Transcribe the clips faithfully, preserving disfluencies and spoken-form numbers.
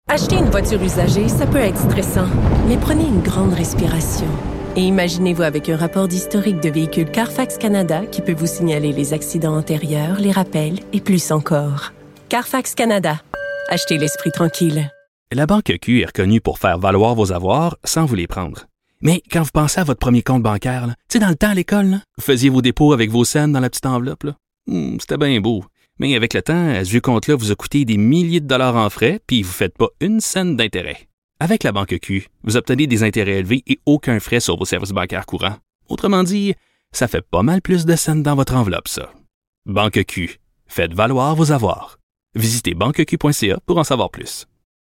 Acheter une voiture usagée, ça peut être stressant, mais prenez une grande respiration. Et imaginez-vous avec un rapport d'historique de véhicule Carfax Canada qui peut vous signaler les accidents antérieurs, les rappels et plus encore. Carfax Canada. Achetez l'esprit tranquille. La Banque Q est reconnue pour faire valoir vos avoirs sans vous les prendre. Mais quand vous pensez à votre premier compte bancaire, tu sais, dans le temps à l'école, là, vous faisiez vos dépôts avec vos scènes dans la petite enveloppe. Là. Hmm, c'était bien beau. Mais avec le temps, ce vieux compte-là vous a coûté des milliers de dollars en frais, puis vous ne faites pas une scène d'intérêt. Avec la Banque Q, vous obtenez des intérêts élevés et aucun frais sur vos services bancaires courants. Autrement dit, ça fait pas mal plus de scènes dans votre enveloppe, ça. Banque Q. Faites valoir vos avoirs. Visitez banque q point c a pour en savoir plus.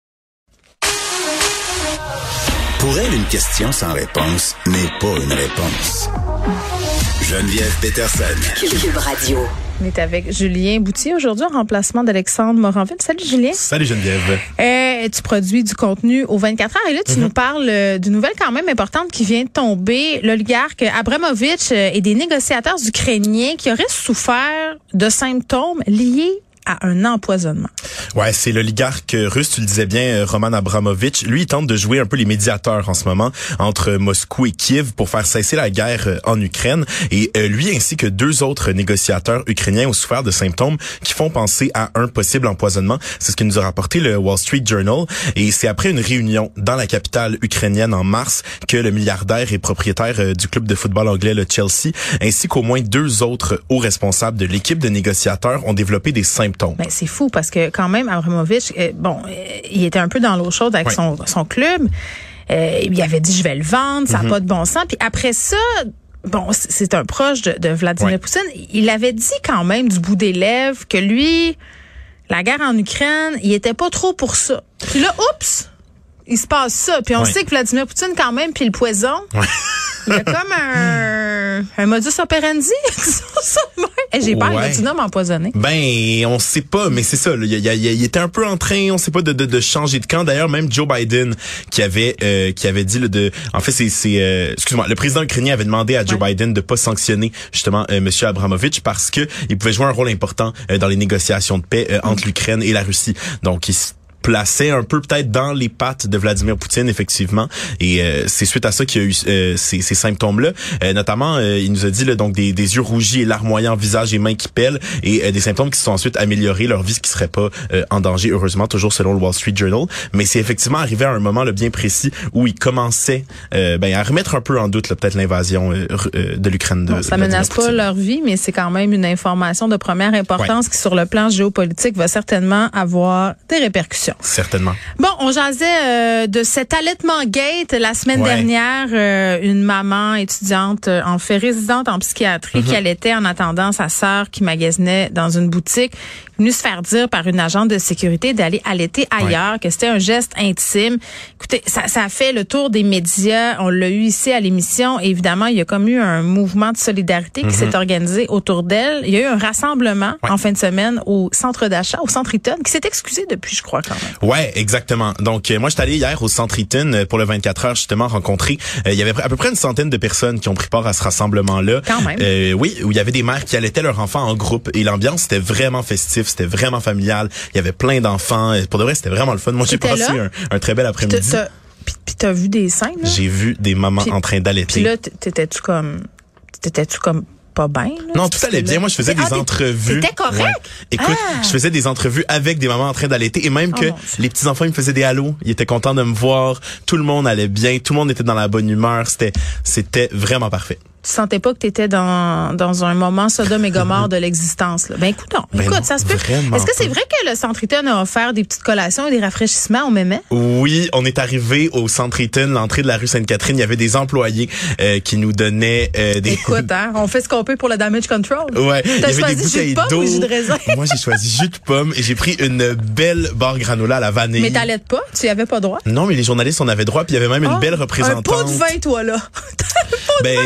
Pour elle, une question sans réponse n'est pas une réponse. Geneviève Peterson. Cube Radio. On est avec Julien Boutier aujourd'hui en remplacement d'Alexandre Moranville. Salut Julien. Salut Geneviève. Euh, tu produis du contenu aux vingt-quatre heures et là tu mm-hmm. nous parles euh, d'une nouvelle quand même importante qui vient de tomber. L'oligarque Abramovitch euh, et des négociateurs ukrainiens qui auraient souffert de symptômes liés à un empoisonnement. Ouais, c'est l'oligarque russe, tu le disais bien, Roman Abramovitch. Lui, il tente de jouer un peu les médiateurs en ce moment entre Moscou et Kiev pour faire cesser la guerre en Ukraine. Et euh, lui ainsi que deux autres négociateurs ukrainiens ont souffert de symptômes qui font penser à un possible empoisonnement. C'est ce que nous a rapporté le Wall Street Journal. Et c'est après une réunion dans la capitale ukrainienne en mars que le milliardaire et propriétaire euh, du club de football anglais, le Chelsea, ainsi qu'au moins deux autres hauts responsables de l'équipe de négociateurs ont développé des symptômes. Ben, c'est fou parce que quand même, Abramovitch, euh, bon, euh, il était un peu dans l'eau chaude avec ouais. son, son club. Euh, il avait dit, je vais le vendre, ça n'a mm-hmm. pas de bon sens. Puis après ça, bon, c'est un proche de, de Vladimir ouais. Poutine. Il avait dit quand même du bout des lèvres que lui, la guerre en Ukraine, il était pas trop pour ça. Puis là, oups, il se passe ça. Puis on ouais. sait que Vladimir Poutine quand même, puis le poison, ouais. il y a comme un, un modus operandi. Hey, j'ai peur, ouais. il y a un homme empoisonné. Ben, on sait pas, mais c'est ça. Il, il, il, il était un peu en train, on sait pas, de, de, de changer de camp. D'ailleurs, même Joe Biden, qui avait euh, qui avait dit là, de, en fait, c'est, c'est euh, excuse-moi, le président ukrainien avait demandé à Joe ouais. Biden de pas sanctionner justement euh, Monsieur Abramovitch parce que il pouvait jouer un rôle important euh, dans les négociations de paix euh, entre mmh. l'Ukraine et la Russie. Donc, il placé un peu peut-être dans les pattes de Vladimir Poutine, effectivement. Et euh, c'est suite à ça qu'il y a eu euh, ces, ces symptômes-là. Euh, notamment, euh, il nous a dit là, donc des, des yeux rougis et larmoyants, visage et mains qui pèlent, et euh, des symptômes qui se sont ensuite améliorés, leur vie qui serait pas euh, en danger, heureusement, toujours selon le Wall Street Journal. Mais c'est effectivement arrivé à un moment là, bien précis où il commençait euh, ben, à remettre un peu en doute là, peut-être l'invasion euh, euh, de l'Ukraine. De, bon, ça menace pas leur vie, mais c'est quand même une information de première importance ouais. qui, sur le plan géopolitique, va certainement avoir des répercussions. Certainement. Bon, on jasait euh, de cet allaitement gate la semaine ouais. dernière. Euh, une maman étudiante, euh, en fait résidente en psychiatrie, mm-hmm. qui allaitait en attendant sa sœur qui magasinait dans une boutique, venue se faire dire par une agente de sécurité d'aller allaiter ailleurs, ouais. que c'était un geste intime. Écoutez, ça, ça a fait le tour des médias. On l'a eu ici à l'émission. Et évidemment, il y a comme eu un mouvement de solidarité qui mm-hmm. s'est organisé autour d'elle. Il y a eu un rassemblement ouais. en fin de semaine au centre d'achat, au centre Eaton, qui s'est excusé depuis, je crois, quand même. Ouais. Ouais, exactement. Donc, euh, moi, j'étais allé hier au Centre Eaton euh, pour le vingt-quatre heures, justement, rencontrer. Euh, il y avait à peu près une centaine de personnes qui ont pris part à ce rassemblement-là. Quand même. Euh, oui, où il y avait des mères qui allaitaient leurs enfants en groupe. Et l'ambiance, c'était vraiment festif, c'était vraiment familial. Il y avait plein d'enfants. Pour de vrai, c'était vraiment le fun. Moi, j'ai passé un, un très bel après-midi. T'as, puis, puis t'as vu des scènes, là? J'ai vu des mamans puis, en train d'allaiter. Puis là, t'étais-tu comme... T'étais-tu comme... pas bien. Là, non, tout allait bien. Moi, je faisais des ah, entrevues. C'était correct? Ouais. Écoute, ah. je faisais des entrevues avec des mamans en train d'allaiter et même oh que les petits-enfants, ils me faisaient des halos. Ils étaient contents de me voir. Tout le monde allait bien. Tout le monde était dans la bonne humeur. C'était, c'était vraiment parfait. Tu sentais pas que t'étais dans dans un moment Sodome et Gomorrhe de l'existence là. Ben écoute, non, ben écoute, non, ça se peut. Est-ce que c'est vrai que le Centre Eaton a offert des petites collations et des rafraîchissements aux mémés? Oui, on est arrivé au Centre Eaton, l'entrée de la rue Sainte-Catherine, il y avait des employés euh, qui nous donnaient euh, des Écoute, hein, on fait ce qu'on peut pour le damage control. Ouais, t'as il y avait choisi des bouteilles jus de pomme d'eau. Ou jus de raisin? Moi, j'ai choisi jus de pomme et j'ai pris une belle barre granola à la vanille. Mais t'allaites pas, tu y avais pas droit? Non, mais les journalistes on avait droit, puis il y avait même une oh, belle représentante. Un pot de vin toi là. Ben, il y avait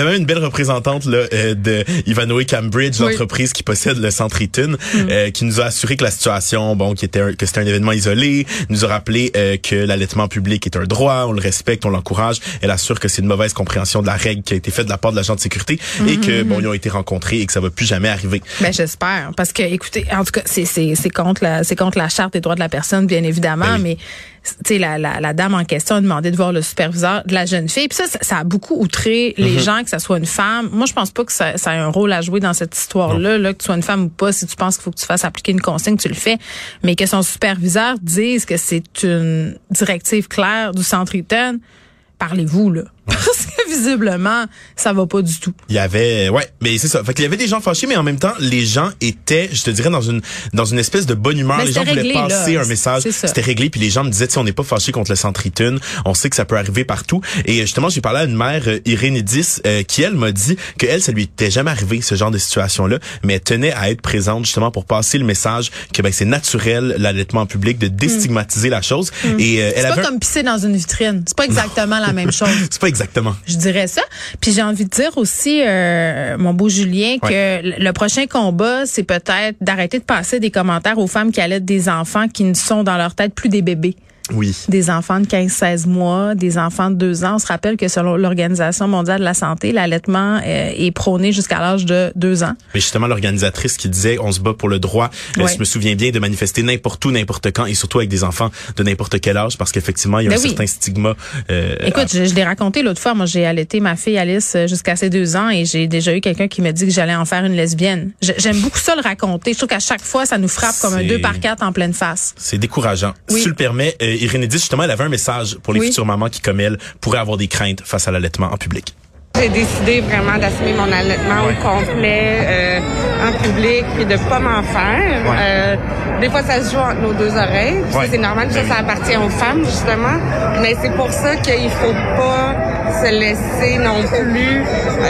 même une belle représentante là euh, de Ivanhoe Cambridge, oui. l'entreprise qui possède le centre Eaton, mm. euh, qui nous a assuré que la situation, bon, qui était un, que c'était un événement isolé, nous a rappelé euh, que l'allaitement public est un droit, on le respecte, on l'encourage. Elle assure que c'est une mauvaise compréhension de la règle qui a été faite de la part de l'agent de sécurité mm-hmm. et que bon, ils ont été rencontrés et que ça va plus jamais arriver. Ben j'espère, parce que écoutez, en tout cas, c'est c'est c'est contre la c'est contre la charte des droits de la personne, bien évidemment, ben oui. mais tu sais, la, la, la dame en question a demandé de voir le superviseur de la jeune fille. Puis ça, ça, ça a beaucoup outré les mm-hmm. gens, que ça soit une femme. Moi, je pense pas que ça, ça a un rôle à jouer dans cette histoire-là, là, que tu sois une femme ou pas. Si tu penses qu'il faut que tu fasses appliquer une consigne, tu le fais. Mais que son superviseur dise que c'est une directive claire du centre Eaton, parlez-vous, là. Parce que visiblement, ça va pas du tout. Il y avait, ouais, mais c'est ça. Fait qu'il y avait des gens fâchés, mais en même temps, les gens étaient, je te dirais, dans une dans une espèce de bonne humeur. Mais les gens réglé, voulaient passer là. un message. C'était réglé, puis les gens me disaient, tu sais, on n'est pas fâchés contre le centre Eaton. On sait que ça peut arriver partout. Et justement, j'ai parlé à une mère, euh, Irénidis, euh, qui elle m'a dit que elle, ça lui était jamais arrivé ce genre de situation-là, mais elle tenait à être présente justement pour passer le message que ben c'est naturel l'allaitement en public, de déstigmatiser mm. la chose. Mm. Et euh, elle c'est avait pas comme pisser dans une vitrine. C'est pas exactement la même chose. C'est pas exactement. Je dirais ça. Puis j'ai envie de dire aussi, euh, mon beau Julien, que ouais. le prochain combat, c'est peut-être d'arrêter de passer des commentaires aux femmes qui allaitent des enfants qui ne sont dans leur tête plus des bébés. Oui. Des enfants de quinze seize mois, des enfants de deux ans. On se rappelle que selon l'Organisation mondiale de la santé, l'allaitement euh, est prôné jusqu'à l'âge de deux ans. Mais justement, l'organisatrice qui disait on se bat pour le droit, ouais. euh, je me souviens bien de manifester n'importe où, n'importe quand, et surtout avec des enfants de n'importe quel âge, parce qu'effectivement, il y a ben un oui. certain stigma. Euh, Écoute, à... je, je l'ai raconté l'autre fois. Moi, j'ai allaité ma fille Alice jusqu'à ses deux ans et j'ai déjà eu quelqu'un qui m'a dit que j'allais en faire une lesbienne. Je, j'aime beaucoup ça le raconter. Je trouve qu'à chaque fois, ça nous frappe c'est... comme un deux par quatre en pleine face. C'est décourageant. Oui. Si tu le permets, euh, Irénidis, justement, elle avait un message pour les oui. futures mamans qui, comme elle, pourraient avoir des craintes face à l'allaitement en public. J'ai décidé vraiment d'assumer mon allaitement ouais. au complet euh, en public et de pas m'en faire. Ouais. Euh, des fois, ça se joue entre nos deux oreilles. Ouais. Ça, c'est normal, ça, ça appartient aux femmes, justement. Mais c'est pour ça qu'il faut pas se laisser non plus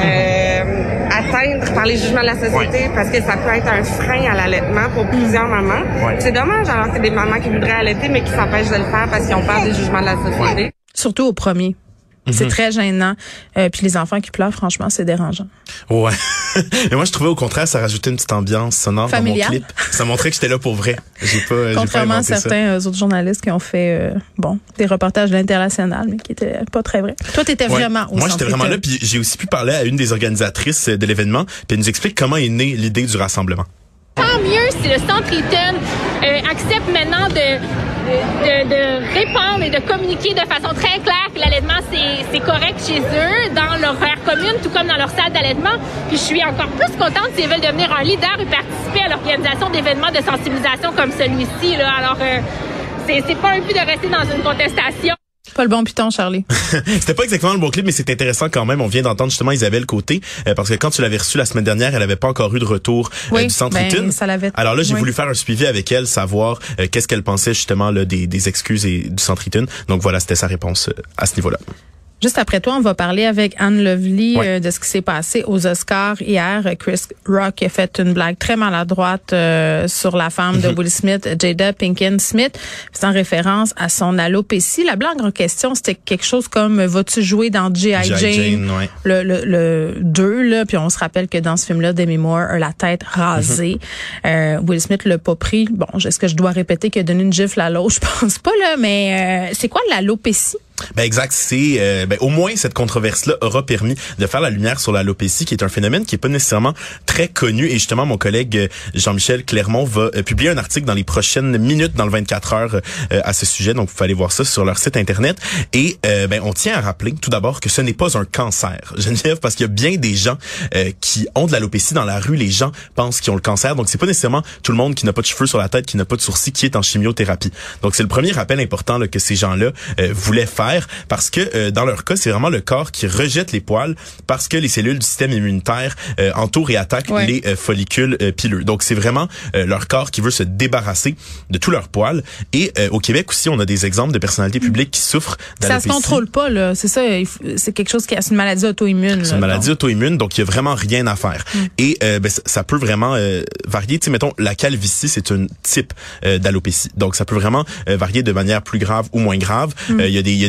euh, atteindre par les jugements de la société ouais. parce que ça peut être un frein à l'allaitement pour plusieurs mamans. Ouais. C'est dommage, alors que des mamans qui voudraient allaiter mais qui s'empêchent de le faire parce qu'ils ont peur des jugements de la société. Ouais. Surtout au premier. C'est mm-hmm. très gênant. Euh, puis les enfants qui pleurent, franchement, c'est dérangeant. Ouais. Mais moi, je trouvais au contraire, ça rajoutait une petite ambiance sonore familiale. Dans mon clip. Ça montrait que j'étais là pour vrai. J'ai pas, Contrairement j'ai pas à certains ça. autres journalistes qui ont fait, euh, bon, des reportages de l'international, mais qui étaient pas très vrais. Toi, t'étais ouais. vraiment au Moi, j'étais vraiment là. Puis j'ai aussi pu parler à une des organisatrices de l'événement. Puis elle nous explique comment est née l'idée du rassemblement. Tant mieux si le centre Eaton euh, accepte maintenant de, de, de répondre et de communiquer de façon très claire que l'allaitement, c'est, c'est correct chez eux, dans leur aire commune, tout comme dans leur salle d'allaitement. Puis je suis encore plus contente s'ils veulent devenir un leader et participer à l'organisation d'événements de sensibilisation comme celui-ci. Là. Alors, euh, c'est, c'est pas un but de rester dans une contestation. Pas le bon piton, Charlie. C'était pas exactement le bon clip, mais c'est intéressant quand même. On vient d'entendre justement Isabelle Côté, euh, parce que quand tu l'avais reçue la semaine dernière, elle avait pas encore eu de retour oui, euh, du centre ben, Eaton. Ça l'avait... Alors là, j'ai oui. voulu faire un suivi avec elle, savoir euh, qu'est-ce qu'elle pensait justement là, des, des excuses et du centre Eaton. Donc voilà, c'était sa réponse euh, à ce niveau-là. Juste après toi, on va parler avec Anne Lovely ouais. euh, de ce qui s'est passé aux Oscars hier. Chris Rock a fait une blague très maladroite euh, sur la femme mm-hmm. de Will Smith, Jada Pinkett Smith, en référence à son alopécie. La blague en question, c'était quelque chose comme « Vas-tu jouer dans G I. Jane, Jane ouais. le, le, le deux, là, puis on se rappelle que dans ce film-là, Demi Moore a la tête rasée. Mm-hmm. Euh, Will Smith l'a pas pris. Bon, est-ce que je dois répéter qu'il a donné une gifle à l'autre? Je pense pas, là, mais euh, c'est quoi l'alopécie? Ben exact, c'est euh, ben au moins cette controverse-là aura permis de faire la lumière sur l'alopécie, qui est un phénomène qui est pas nécessairement très connu. Et justement, mon collègue Jean-Michel Clermont va euh, publier un article dans les prochaines minutes, dans le vingt-quatre heures, euh, à ce sujet. Donc, vous pouvez aller voir ça sur leur site internet. Et euh, ben on tient à rappeler tout d'abord que ce n'est pas un cancer, Geneviève, parce qu'il y a bien des gens euh, qui ont de l'alopécie dans la rue. Les gens pensent qu'ils ont le cancer, donc c'est pas nécessairement tout le monde qui n'a pas de cheveux sur la tête, qui n'a pas de sourcils, qui est en chimiothérapie. Donc, c'est le premier rappel important là, que ces gens-là euh, voulaient faire. Parce que euh, dans leur cas, c'est vraiment le corps qui rejette les poils parce que les cellules du système immunitaire euh, entourent et attaquent ouais. les euh, follicules euh, pileux. Donc c'est vraiment euh, leur corps qui veut se débarrasser de tous leurs poils. Et euh, au Québec aussi, on a des exemples de personnalités publiques qui souffrent d'alopécie. Ça se contrôle pas, là. C'est ça. C'est quelque chose qui est une maladie auto-immune. C'est une maladie donc. auto-immune, donc il y a vraiment rien à faire. Mm. Et euh, ben, ça, ça peut vraiment euh, varier. Tu sais, mettons, la calvitie, c'est un type euh, d'alopécie. Donc ça peut vraiment euh, varier de manière plus grave ou moins grave. Il mm. euh, y a des, il y a des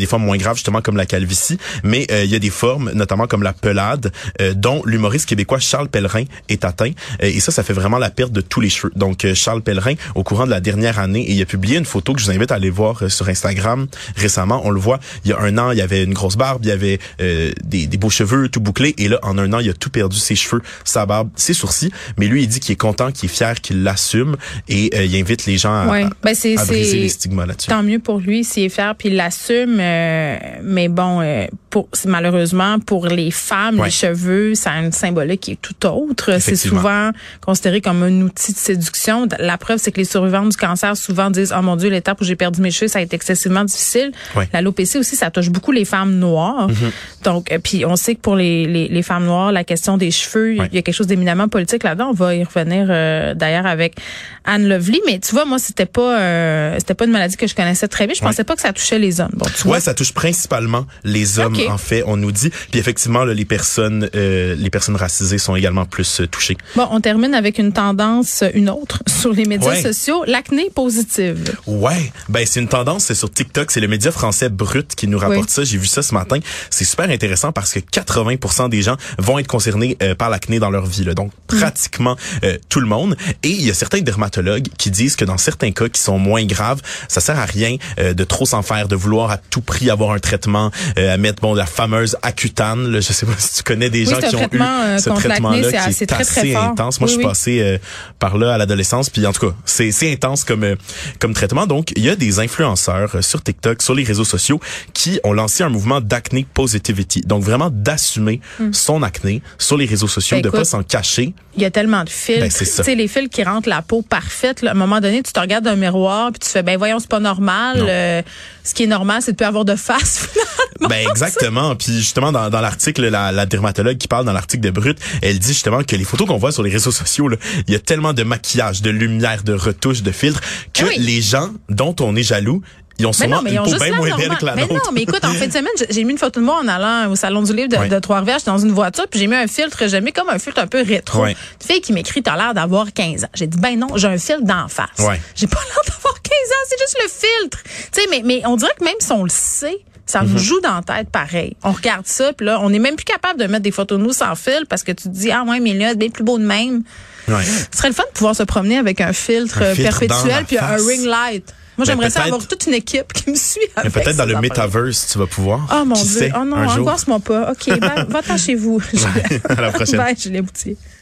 formes moins graves, justement, comme la calvitie, mais euh, il y a des formes, notamment comme la pelade, euh, dont l'humoriste québécois Charles Pellerin est atteint. Euh, et ça, ça fait vraiment la perte de tous les cheveux. Donc, euh, Charles Pellerin, au courant de la dernière année, et il a publié une photo que je vous invite à aller voir euh, sur Instagram récemment. On le voit, il y a un an, il y avait une grosse barbe, il y avait euh, des, des beaux cheveux tout bouclés, et là, en un an, il a tout perdu, ses cheveux, sa barbe, ses sourcils. Mais lui, il dit qu'il est content, qu'il est fier, qu'il l'assume, et euh, il invite les gens à, ouais. ben c'est, à briser c'est... les stigmas là-dessus. Tant mieux pour lui s'il est fier puis il l'assume. Euh, mais bon, euh, pour malheureusement pour les femmes, ouais. les cheveux, ça a une symbolique qui est tout autre. C'est souvent considéré comme un outil de séduction. La preuve, c'est que les survivantes du cancer souvent disent oh mon Dieu, l'étape où j'ai perdu mes cheveux, ça a été excessivement difficile. Ouais. L'alopécie aussi, ça touche beaucoup les femmes noires. Mm-hmm. Donc, euh, puis on sait que pour les, les les femmes noires, la question des cheveux, ouais. il y a quelque chose d'éminemment politique là-dedans. On va y revenir euh, d'ailleurs avec Anne Lovely. Mais tu vois, moi, c'était pas euh, c'était pas une maladie que je connaissais très bien. Je pensais ouais. pas que ça touchait les hommes. Bon, tu ouais, vois. Ça touche principalement les hommes, okay. en fait, on nous dit. Puis effectivement, là, les personnes euh, les personnes racisées sont également plus euh, touchées. Bon, on termine avec une tendance, une autre, sur les médias ouais. sociaux, l'acné positive. Ouais, ben c'est une tendance, c'est sur TikTok, c'est le média français Brut qui nous rapporte oui. ça. J'ai vu ça ce matin. C'est super intéressant parce que quatre-vingts pour cent des gens vont être concernés euh, par l'acné dans leur vie, là. Donc pratiquement euh, tout le monde. Et il y a certains dermatologues qui disent que dans certains cas qui sont moins graves, ça sert à rien euh, de trop s'en faire, de vouloir à tout prix avoir un traitement, euh, à mettre bon la fameuse Accutane. Là, je sais pas si tu connais des oui, gens qui ont eu euh, ce traitement-là qui assez, est très, assez très intense. Moi, oui, je suis oui. passé euh, par là à l'adolescence, puis en tout cas, c'est c'est intense comme euh, comme traitement. Donc, il y a des influenceurs euh, sur TikTok, sur les réseaux sociaux, qui ont lancé un mouvement d'acné positivity. Donc, vraiment d'assumer mm. son acné sur les réseaux sociaux, ben, de écoute, pas s'en cacher. Il y a tellement de filtres. Ben, c'est ça. Tu sais, les filtres qui rendent la peau parfaite. Là, à un moment donné, tu te regardes dans un miroir puis tu fais, ben voyons, c'est pas normal. Euh, ce qui est normal, c'est de plus avoir de face. Ben exactement. Puis justement, dans, dans l'article, la, la dermatologue qui parle dans l'article de Brut, elle dit justement que les photos qu'on voit sur les réseaux sociaux, là, il y a tellement de maquillage, de lumière, de retouches, de filtres, que oui. les gens dont on est jaloux, ils ont sûrement mais non, mais une peau bien moins belle que la mais nôtre. Non, mais écoute, en fin de semaine, j'ai mis une photo de moi en allant au Salon du Livre de, ouais. de Trois-Rivières. J'étais dans une voiture, puis j'ai mis un filtre, j'ai mis comme un filtre un peu rétro. Ouais. Une fille qui m'écrit, t'as l'air d'avoir quinze ans. J'ai dit, ben non, j'ai un filtre d'en face. Ouais. J'ai pas l'air d'avoir quinze ans, c'est juste le filtre. Tu sais, mais, mais on dirait que même si on le sait, ça nous mm-hmm. joue dans la tête pareil. On regarde ça, puis là, on est même plus capable de mettre des photos de nous sans fil parce que tu te dis, ah ouais, mais là, c'est bien plus beau de même. Ouais. Ce serait le fun de pouvoir se promener avec un filtre, un filtre perpétuel puis un ring light. Moi, ben j'aimerais ça avoir toute une équipe qui me suit avec mais peut-être dans le metaverse, tu vas pouvoir. Oh mon Qui Dieu. sait, Oh non, angoisse-moi pas. OK, ben, va-t'en chez vous. Ouais. À la prochaine. Bye, Julie Boutier.